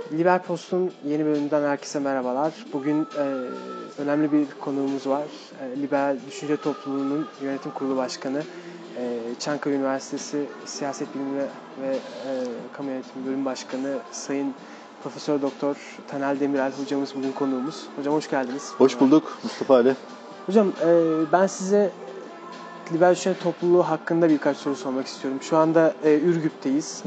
Liberal Post'un yeni bölümünden herkese merhabalar. Bugün önemli bir konuğumuz var. Liberal Düşünce Topluluğu'nun Yönetim Kurulu Başkanı, Çankaya Üniversitesi Siyaset Bilimi ve Kamu Yönetimi Bölüm Başkanı Sayın Profesör Doktor Taner Demirel hocamız bugün konuğumuz. Hocam hoş geldiniz. Hoş bulduk Mustafa Ali. Hocam ben size Liberal Düşünce Topluluğu hakkında birkaç soru sormak istiyorum. Şu anda Ürgüp'teyiz.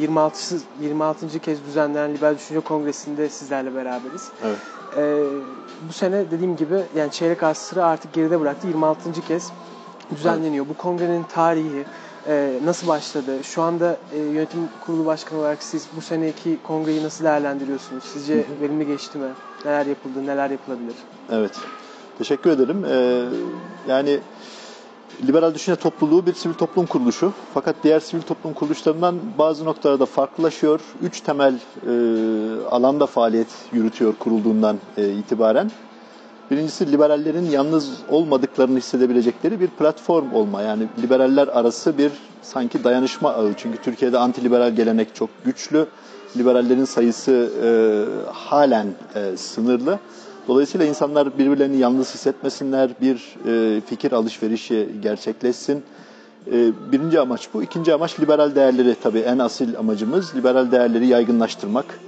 26. kez düzenlenen Liberal Düşünce Kongresi'nde sizlerle beraberiz. Evet. Bu sene dediğim gibi yani çeyrek asrı artık geride bıraktı. 26. kez düzenleniyor. Evet. Bu kongrenin tarihi nasıl başladı? Şu anda yönetim kurulu başkanı olarak siz bu seneki kongreyi nasıl değerlendiriyorsunuz? Sizce verimli geçti mi? Neler yapıldı, neler yapılabilir? Evet. Teşekkür ederim. Yani Liberal Düşünce Topluluğu bir sivil toplum kuruluşu. Fakat diğer sivil toplum kuruluşlarından bazı noktalarda farklılaşıyor. 3 temel alanda faaliyet yürütüyor kurulduğundan itibaren. Birincisi liberallerin yalnız olmadıklarını hissedebilecekleri bir platform olma. Yani liberaller arası bir sanki dayanışma ağı. Çünkü Türkiye'de antiliberal gelenek çok güçlü. Liberallerin sayısı halen sınırlı. Dolayısıyla insanlar birbirlerini yalnız hissetmesinler, bir fikir alışverişi gerçekleşsin. Birinci amaç bu. İkinci amaç liberal değerleri, tabii en asil amacımız liberal değerleri yaygınlaştırmak.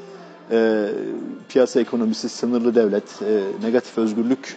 Piyasa ekonomisi, sınırlı devlet, negatif özgürlük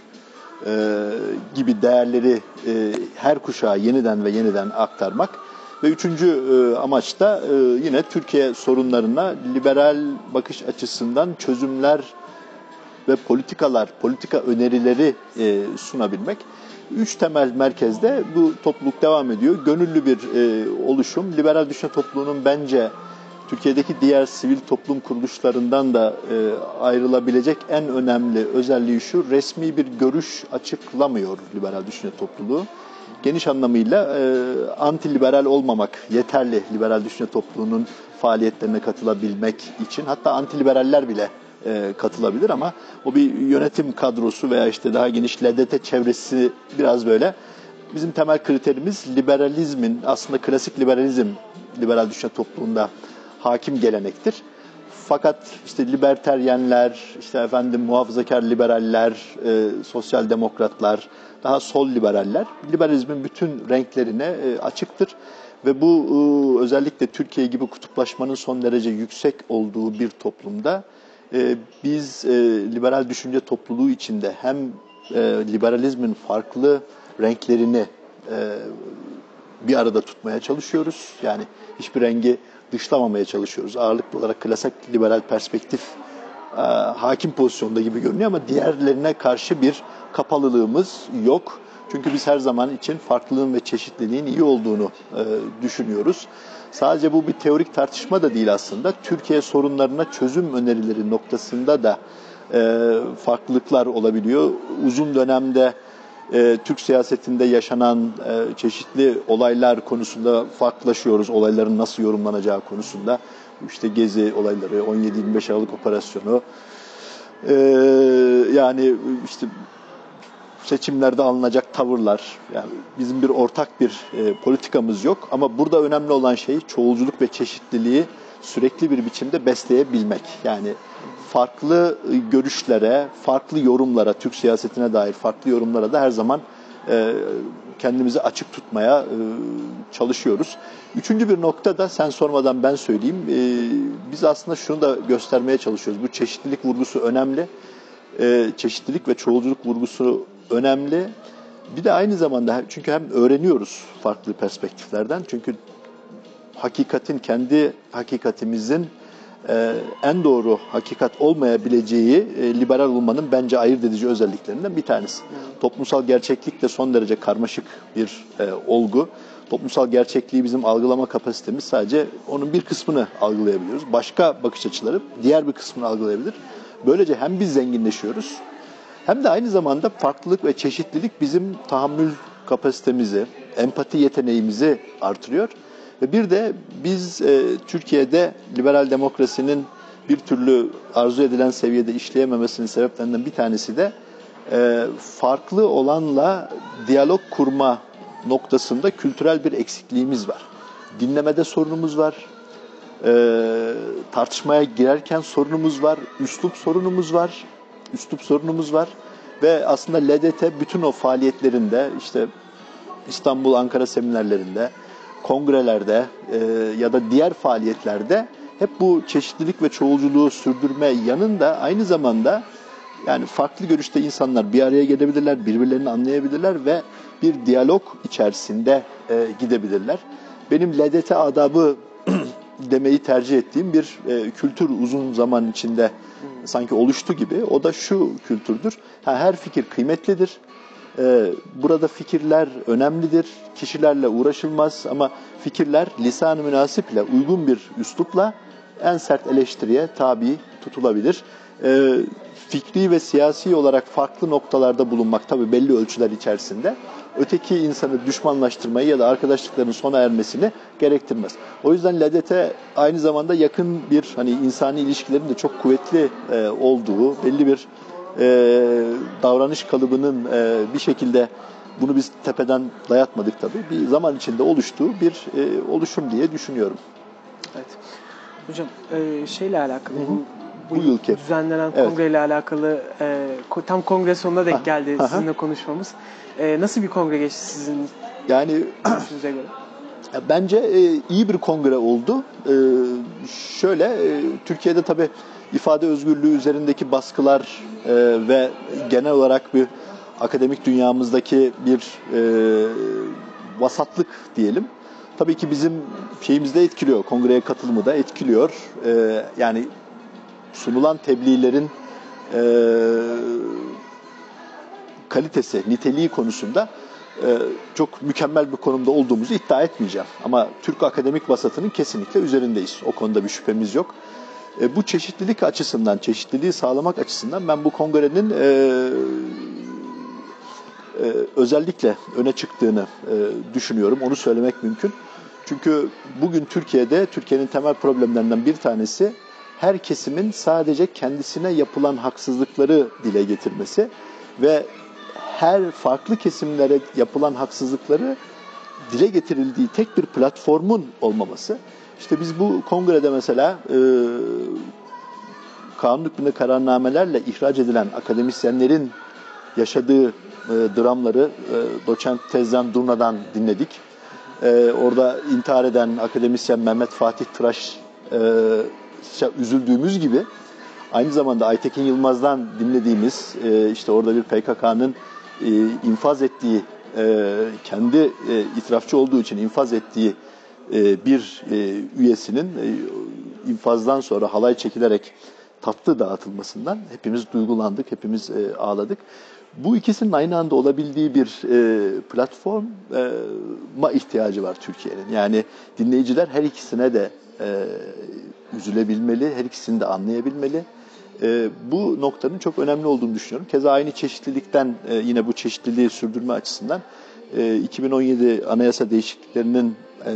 gibi değerleri her kuşağa yeniden ve yeniden aktarmak. Ve üçüncü amaç da yine Türkiye sorunlarına liberal bakış açısından çözümler ve politika önerileri sunabilmek. 3 temel merkezde bu topluluk devam ediyor. Gönüllü bir oluşum. Liberal Düşünce Topluluğu'nun bence Türkiye'deki diğer sivil toplum kuruluşlarından da ayrılabilecek en önemli özelliği şu: resmi bir görüş açıklamıyor Liberal Düşünce Topluluğu. Geniş anlamıyla anti-liberal olmamak yeterli Liberal Düşünce Topluluğu'nun faaliyetlerine katılabilmek için. Hatta anti-liberaller bile katılabilir ama o bir yönetim kadrosu veya işte daha geniş LDT çevresi biraz böyle. Bizim temel kriterimiz liberalizmin, aslında klasik liberalizm Liberal Düşünce Topluluğu'nda hakim gelenektir. Fakat işte liberteryenler, muhafazakar liberaller, sosyal demokratlar, daha sol liberaller liberalizmin bütün renklerine açıktır. Ve bu özellikle Türkiye gibi kutuplaşmanın son derece yüksek olduğu bir toplumda biz liberal düşünce topluluğu içinde hem liberalizmin farklı renklerini bir arada tutmaya çalışıyoruz. Yani hiçbir rengi dışlamamaya çalışıyoruz. Ağırlıklı olarak klasik liberal perspektif hakim pozisyonda gibi görünüyor ama diğerlerine karşı bir kapalılığımız yok. Çünkü biz her zaman için farklılığın ve çeşitliliğin iyi olduğunu düşünüyoruz. Sadece bu bir teorik tartışma da değil aslında. Türkiye sorunlarına çözüm önerileri noktasında da farklılıklar olabiliyor. Uzun dönemde Türk siyasetinde yaşanan çeşitli olaylar konusunda farklılaşıyoruz. Olayların nasıl yorumlanacağı konusunda. İşte Gezi olayları, 17-25 Aralık operasyonu, yani işte seçimlerde alınacak tavırlar. Yani bizim bir ortak bir politikamız yok. Ama burada önemli olan şey çoğulculuk ve çeşitliliği sürekli bir biçimde besleyebilmek. Yani farklı görüşlere, farklı yorumlara, Türk siyasetine dair farklı yorumlara da her zaman kendimizi açık tutmaya çalışıyoruz. Üçüncü bir nokta da sen sormadan ben söyleyeyim. Biz aslında şunu da göstermeye çalışıyoruz. Bu çeşitlilik vurgusu önemli. Çeşitlilik ve çoğulculuk vurgusu önemli. Bir de aynı zamanda çünkü hem öğreniyoruz farklı perspektiflerden. Çünkü kendi hakikatimizin en doğru hakikat olmayabileceği liberal olmanın bence ayırt edici özelliklerinden bir tanesi. Toplumsal gerçeklik de son derece karmaşık bir olgu. Toplumsal gerçekliği bizim algılama kapasitemiz sadece onun bir kısmını algılayabiliyoruz. Başka bakış açıları diğer bir kısmını algılayabilir. Böylece hem biz zenginleşiyoruz hem de aynı zamanda farklılık ve çeşitlilik bizim tahammül kapasitemizi, empati yeteneğimizi artırıyor. Ve bir de biz Türkiye'de liberal demokrasinin bir türlü arzu edilen seviyede işleyememesinin sebeplerinden bir tanesi de farklı olanla diyalog kurma noktasında kültürel bir eksikliğimiz var. Dinlemede sorunumuz var. Tartışmaya girerken sorunumuz var, üslup sorunumuz var ve aslında LDT bütün o faaliyetlerinde işte İstanbul, Ankara seminerlerinde, kongrelerde ya da diğer faaliyetlerde hep bu çeşitlilik ve çoğulculuğu sürdürme yanında aynı zamanda yani farklı görüşte insanlar bir araya gelebilirler, birbirlerini anlayabilirler ve bir diyalog içerisinde gidebilirler. Benim LDT adabı demeyi tercih ettiğim bir kültür uzun zaman içinde sanki oluştu gibi. O da şu kültürdür. Her fikir kıymetlidir. Burada fikirler önemlidir. Kişilerle uğraşılmaz ama fikirler lisan-ı münasip ile uygun bir üslupla en sert eleştiriye tabi tutulabilir. Fikri ve siyasi olarak farklı noktalarda bulunmak tabii belli ölçüler içerisinde öteki insanı düşmanlaştırmayı ya da arkadaşlıkların sona ermesini gerektirmez. O yüzden LDT aynı zamanda yakın bir insani ilişkilerin de çok kuvvetli olduğu belli bir davranış kalıbının bir şekilde bunu biz tepeden dayatmadık tabii. Bir zaman içinde oluştuğu bir oluşum diye düşünüyorum. Evet. Hocam şeyle alakalı bu yılki düzenlenen kongreyle alakalı tam kongre sonuna denk geldi sizinle konuşmamız. Nasıl bir kongre geçti sizin görüşünüze göre? Bence iyi bir kongre oldu. Türkiye'de tabii ifade özgürlüğü üzerindeki baskılar ve genel olarak bir akademik dünyamızdaki bir vasatlık diyelim. Tabii ki bizim şeyimizi de etkiliyor, kongreye katılımı da etkiliyor. Yani sunulan tebliğlerin kalitesi, niteliği konusunda çok mükemmel bir konumda olduğumuzu iddia etmeyeceğim. Ama Türk akademik vasatının kesinlikle üzerindeyiz. O konuda bir şüphemiz yok. Bu çeşitlilik açısından, çeşitliliği sağlamak açısından ben bu kongrenin özellikle öne çıktığını düşünüyorum. Onu söylemek mümkün. Çünkü bugün Türkiye'nin temel problemlerinden bir tanesi her kesimin sadece kendisine yapılan haksızlıkları dile getirmesi ve her farklı kesimlere yapılan haksızlıkları dile getirildiği tek bir platformun olmaması. İşte biz bu kongrede mesela kanun hükmünde kararnamelerle ihraç edilen akademisyenlerin yaşadığı dramları doçent Tezcan Durna'dan dinledik. Orada intihar eden akademisyen Mehmet Fatih Tıraş üzüldüğümüz gibi aynı zamanda Aytekin Yılmaz'dan dinlediğimiz işte orada bir PKK'nın infaz ettiği kendi itirafçı olduğu için infaz ettiği bir üyesinin infazdan sonra halay çekilerek tatlı dağıtılmasından hepimiz duygulandık, hepimiz ağladık. Bu ikisinin aynı anda olabildiği bir platforma ihtiyacı var Türkiye'nin. Yani dinleyiciler her ikisine de üzülebilmeli, her ikisini de anlayabilmeli. Bu noktanın çok önemli olduğunu düşünüyorum. Keza aynı çeşitlilikten yine bu çeşitliliği sürdürme açısından 2017 anayasa değişikliklerinin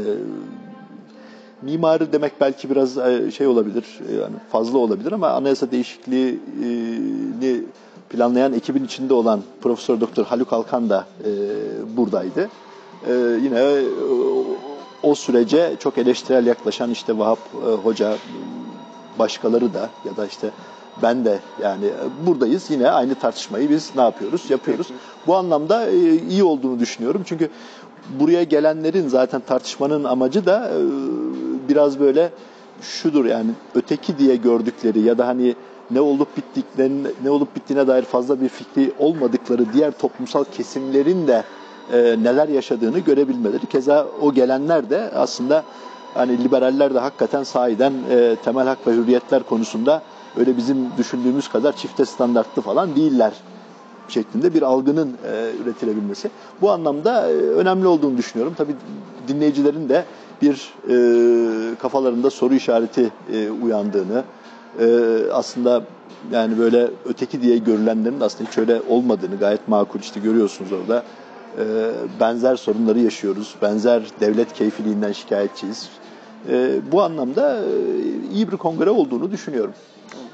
mimarı demek belki biraz şey olabilir, yani fazla olabilir ama anayasa değişikliğini planlayan ekibin içinde olan Profesör Doktor Haluk Alkan da buradaydı. Yine o sürece çok eleştirel yaklaşan işte Vahap Hoca, başkaları da ya da işte ben de yani buradayız. Yine aynı tartışmayı biz ne yapıyoruz? Yapıyoruz. Bu anlamda iyi olduğunu düşünüyorum. Çünkü buraya gelenlerin zaten tartışmanın amacı da biraz böyle şudur, yani öteki diye gördükleri ya da ne olup bittiğine dair fazla bir fikri olmadıkları diğer toplumsal kesimlerin de neler yaşadığını görebilmeleri. Keza o gelenler de aslında liberaller de hakikaten sahiden temel hak ve hürriyetler konusunda öyle bizim düşündüğümüz kadar çifte standartlı falan değiller şeklinde bir algının üretilebilmesi. Bu anlamda önemli olduğunu düşünüyorum. Tabii dinleyicilerin de bir kafalarında soru işareti uyandığını, aslında yani böyle öteki diye görülenlerin aslında hiç öyle olmadığını gayet makul işte görüyorsunuz orada. Benzer sorunları yaşıyoruz. Benzer devlet keyfiliğinden şikayetçiyiz. Bu anlamda iyi bir kongre olduğunu düşünüyorum.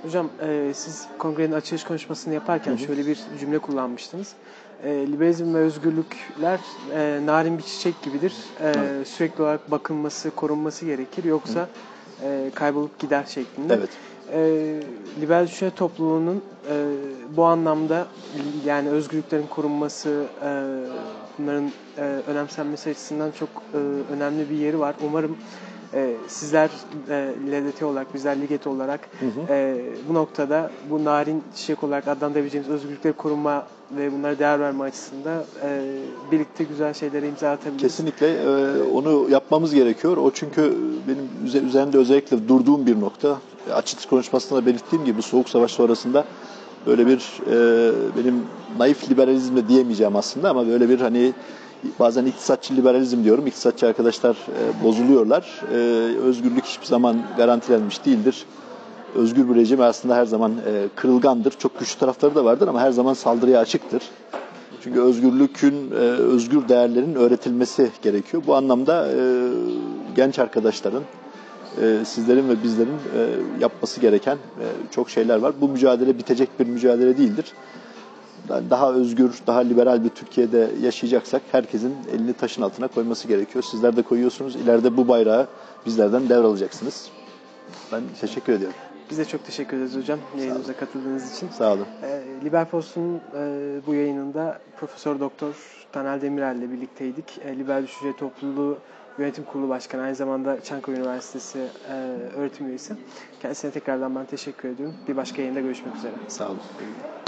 Hocam siz kongrenin açılış konuşmasını yaparken şöyle bir cümle kullanmıştınız. Liberalizm ve özgürlükler narin bir çiçek gibidir. Sürekli olarak bakılması, korunması gerekir. Yoksa kaybolup gider şeklinde. Evet. Liberal düşünce topluluğunun bu anlamda yani özgürlüklerin korunması, bunların önemsenmesi açısından çok önemli bir yeri var. Umarım sizler LDT olarak, bizler Liget olarak bu noktada bu narin çiçek olarak adlandırabileceğimiz özgürlükleri koruma ve bunlara değer verme açısından birlikte güzel şeylere imza atabiliriz. Kesinlikle onu yapmamız gerekiyor. O çünkü benim üzerinde özellikle durduğum bir nokta. Açılış konuşmasında belirttiğim gibi Soğuk Savaş sonrasında böyle bir benim naif liberalizm de diyemeyeceğim aslında ama böyle bir hani bazen iktisatçı liberalizm diyorum. İktisatçı arkadaşlar bozuluyorlar. Özgürlük hiçbir zaman garantilenmiş değildir. Özgür bir rejim aslında her zaman kırılgandır. Çok güçlü tarafları da vardır ama her zaman saldırıya açıktır. Çünkü özgür değerlerin öğretilmesi gerekiyor. Bu anlamda genç arkadaşların, sizlerin ve bizlerin yapması gereken çok şeyler var. Bu mücadele bitecek bir mücadele değildir. Daha özgür, daha liberal bir Türkiye'de yaşayacaksak herkesin elini taşın altına koyması gerekiyor. Sizler de koyuyorsunuz. İleride bu bayrağı bizlerden devralacaksınız. Ben teşekkür ediyorum. Biz de çok teşekkür ederiz hocam yayınımıza katıldığınız için. Sağ olun. Liberpost'un bu yayınında Profesör Doktor Taner Demirel ile birlikteydik. Liberal Düşünce Topluluğu Yönetim Kurulu Başkanı, aynı zamanda Çankaya Üniversitesi öğretim üyesi. Kendisine tekrardan ben teşekkür ediyorum. Bir başka yayında görüşmek üzere. Sağ olun.